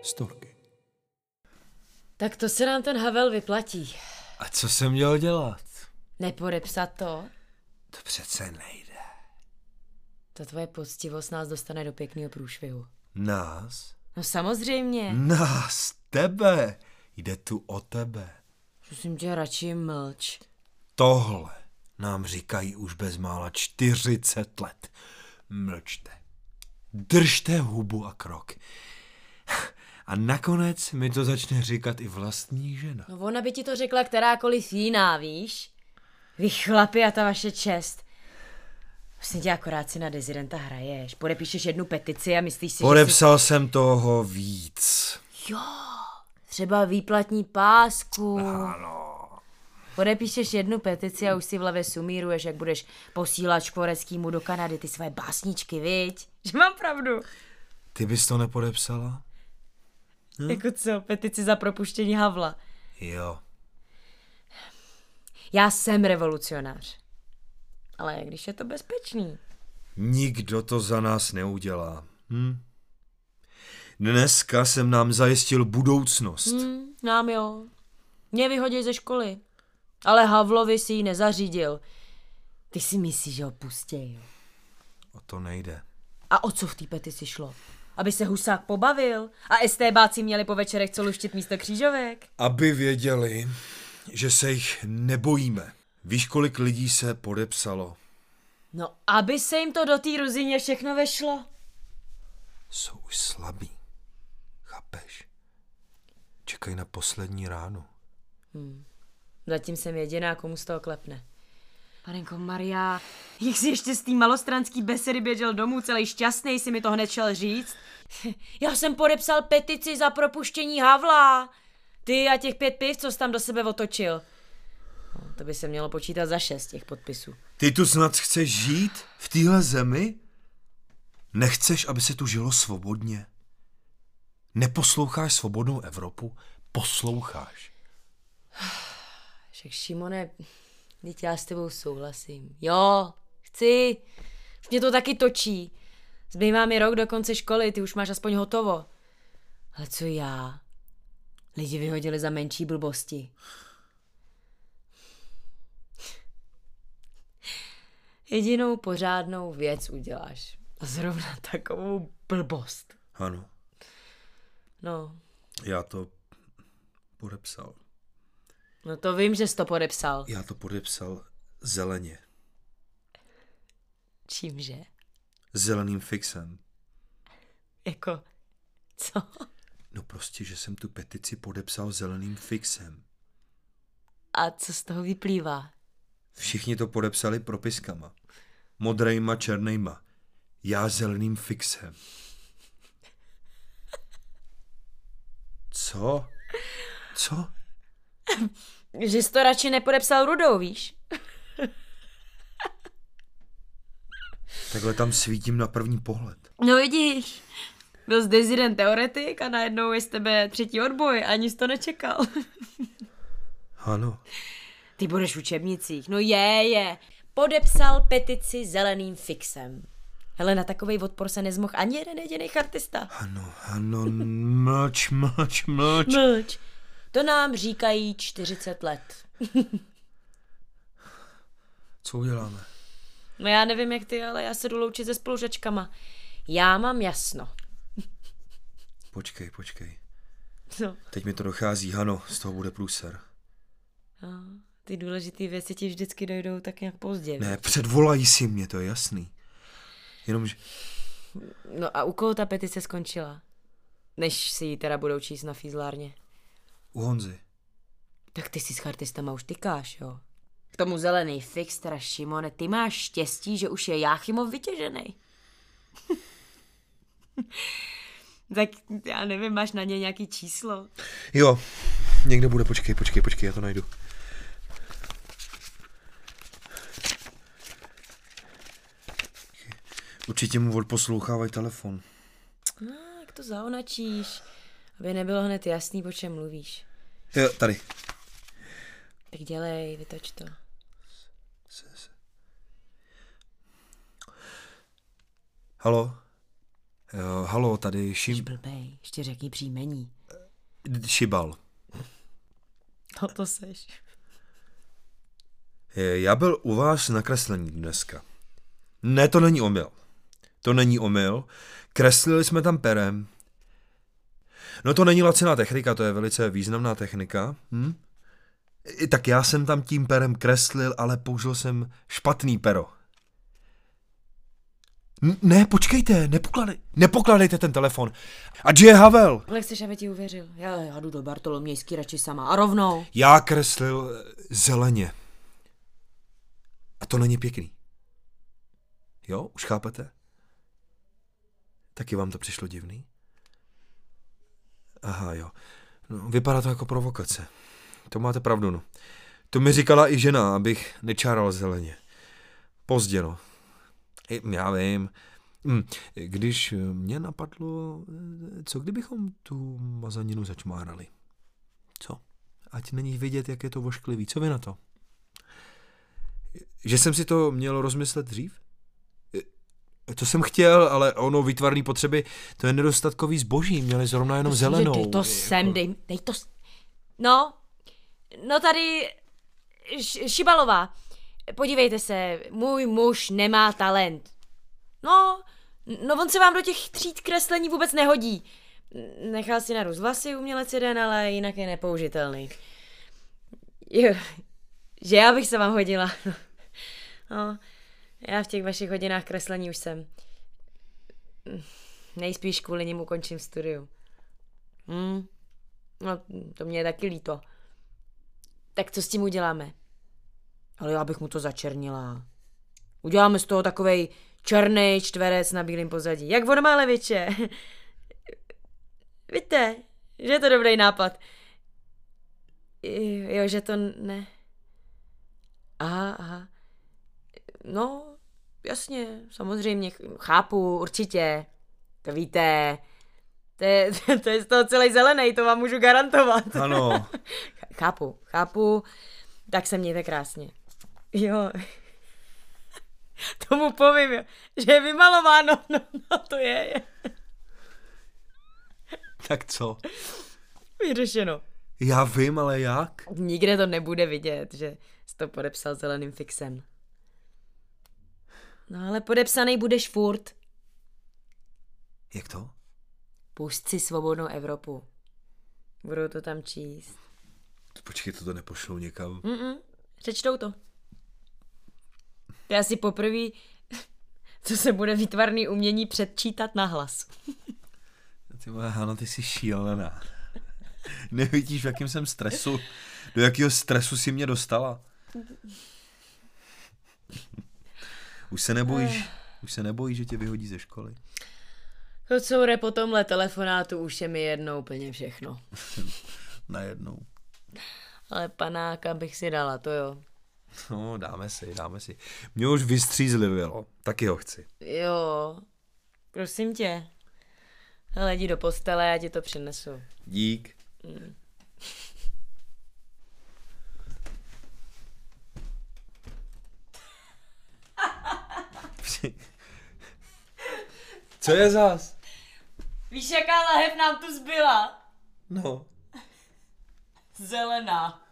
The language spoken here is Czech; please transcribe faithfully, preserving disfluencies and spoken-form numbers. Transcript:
Storky. Tak to se nám ten Havel vyplatí. A co jsem měl dělat? Nepodepsat to? To přece nejde. To tvoje poctivost nás dostane do pěkného průšvihu. Nás? No samozřejmě. Nás, tebe. Jde tu o tebe. Prosím tě, radši mlč. Tohle nám říkají už bezmála čtyřicet let. Mlčte. Držte hubu a krok. A nakonec mi to začne říkat i vlastní žena. No ona by ti to řekla kterákoliv jiná, víš? Vy chlapi a ta vaše čest. Vlastně tě akorát si na dezidenta hraješ. Podepíšeš jednu petici a myslíš si, Podepsal že jsi... jsem toho víc. Jo, třeba výplatní pásku. Ano. Podepíšeš jednu petici a už si v hlavě sumíruješ, jak budeš posílat Škvoreckýmu do Kanady ty své básničky, viď? Že mám pravdu. Ty bys to nepodepsala? Hm? Jako co, petici za propuštění Havla. Jo. Já jsem revolucionář. Ale když je to bezpečný. Nikdo to za nás neudělá. Hm? Dneska jsem nám zajistil budoucnost. Hm, nám jo. Mě vyhodí ze školy. Ale Havlovi si ji nezařídil. Ty si myslíš, že ho pustěj. O to nejde. A o co v té petici šlo? Aby se Husák pobavil? A estébáci měli po večerech co luštit místo křížovek? Aby věděli, že se jich nebojíme. Víš, kolik lidí se podepsalo? No, aby se jim to do té ruzině všechno vešlo. Jsou už slabí. Chápeš? Čekají na poslední ránu. Hmm. Zatím jsem jediná, komu z toho klepne. Panenko Maria, jak jsi ještě z té malostranský besedy běžel domů, celý šťastný, si mi to hned šel říct. Já jsem podepsal petici za propuštění Havla. Ty a těch pět piv, co jsi tam do sebe otočil. No, to by se mělo počítat za šest těch podpisů. Ty tu snad chceš žít v téhle zemi? Nechceš, aby se tu žilo svobodně? Neposloucháš svobodnou Evropu? Posloucháš. Však Šimone, teď já s tebou souhlasím. Jo, chci. Už mě to taky točí. Zbývá mi rok do konce školy, ty už máš aspoň hotovo. Ale co já? Lidi vyhodili za menší blbosti. Jedinou pořádnou věc uděláš. A zrovna takovou blbost. Ano. No. Já to podepsal. No to vím, že jsi to podepsal. Já to podepsal zeleně. Čímže? Zeleným fixem. Jako, co? No prostě, že jsem tu petici podepsal zeleným fixem. A co z toho vyplývá? Všichni to podepsali propiskama. Modrejma, černejma. Já zeleným fixem. Co? Co? Že jsi to radši nepodepsal rudou, víš? Takhle tam svítím na první pohled. No vidíš, byl jsi dezident teoretik a najednou je z tebe třetí odboj, ani jsi to nečekal. Ano. Ty budeš v učebnicích, no je, je. Podepsal petici zeleným fixem. Hele, na takovej odpor se nezmohl ani jeden jediný chartista. Ano, ano, mlč, mlč, mlč. Mlč. To nám říkají čtyřicet let. Co uděláme? No já nevím jak ty, ale já se jdu loučit se spolužačkama. Já mám jasno. Počkej, počkej. No. Teď mi to dochází, Hano, z toho bude průser. No, ty důležité věci ti vždycky dojdou tak nějak pozdě. Ne, předvolají si mě, to je jasný. Jenomže... No a u koho ta petice skončila? Než si ji teda budou číst na fízlárně. U Honzy. Tak ty si s chartistama už tykáš, jo? K tomu zelený fix, teda Šimone, ty máš štěstí, že už je Jáchymov vytěžený. Tak já nevím, máš na ně nějaký číslo? Jo, někde bude, počkej, počkej, počkej, já to najdu. Určitě mu odposlouchávají telefon. No, jak to zaonačíš, aby nebylo hned jasný, o čem mluvíš. Jo, tady. Tak dělej, vytoč to. Halo? Uh, halo, tady Jsi Šim... blbej, ještě řekni příjmení. Šibal. No to seš. Já byl u vás na kreslení dneska. Ne, to není omyl. To není omyl. Kreslili jsme tam perem. No to není laciná technika, to je velice významná technika. Hm? I tak já jsem tam tím perem kreslil, ale použil jsem špatný pero. N- ne, počkejte, nepokladej, nepokladejte ten telefon. Ať je Havel. Ale chceš, aby ti uvěřil? Já, já jdu do Bartolomějský radši sama a rovnou. Já kreslil zeleně. A to není pěkný. Jo, už chápete? Taky vám to přišlo divný? Aha, jo. No, vypadá to jako provokace. To máte pravdu, no. To mi říkala i žena, abych nečáral zeleně. Pozdě, no. Já vím. Když mě napadlo, co kdybychom tu mazaninu začmárali? Co? Ať není vidět, jak je to vošklivý. Co vy na to? Že jsem si to měl rozmyslet dřív? To jsem chtěl, ale ono výtvarné potřeby, to je nedostatkový zboží, měli zrovna jenom zelenou. Dej to sem, dej, dej to s... No, no tady Š- Šibalová, podívejte se, můj muž nemá talent. No, no on se vám do těch tříd kreslení vůbec nehodí. Nechal si narůst vlasy umělec jeden, ale jinak je nepoužitelný. Jo, že já bych se vám hodila. No, já v těch vašich hodinách kreslení už jsem. Nejspíš kvůli nim ukončím studium. Hmm. No, to mě je taky líto. Tak co s tím uděláme? Ale já bych mu to začernila. Uděláme z toho takovej černý čtverec na bílém pozadí. Jak od Máleviče. Víte, že je to dobrý nápad. Jo, že to ne... Aha, aha. No, jasně, samozřejmě, chápu, určitě. To víte, to je, to je z toho celý zelený, to vám můžu garantovat. Ano. Chápu, chápu, tak se mějte krásně. Jo. Tomu povím, jo, že je vymalováno, no, no to je. Tak co? Vyřešeno. Já vím, ale jak? Nikde to nebude vidět, že jsi to podepsal zeleným fixem. No ale podepsaný budeš furt. Jak to? Pusť si Svobodnou Evropu. Budou to tam číst. Počkej, to nepošlou někam. Mm-mm, přečtou to. To je asi poprvé, co se bude výtvarný umění předčítat nahlas. Ty vole, Hana, ty jsi šílená. Nevidíš, v jakém jsem stresu? Do jakého stresu si mě dostala? Už se nebojíš, už se nebojíš, že tě vyhodí ze školy? To, co bude po tomhle telefonátu, už je mi jedno úplně všechno. Najednou. Ale panáka bych si dala, to jo. No, dáme si, dáme si. Mě už vystřízlivělo, taky ho chci. Jo, prosím tě. Hele, jdi do postele, já ti to přinesu. Dík. Mm. Co je zas? Víš, jaká lahev nám tu zbyla? No. Zelená.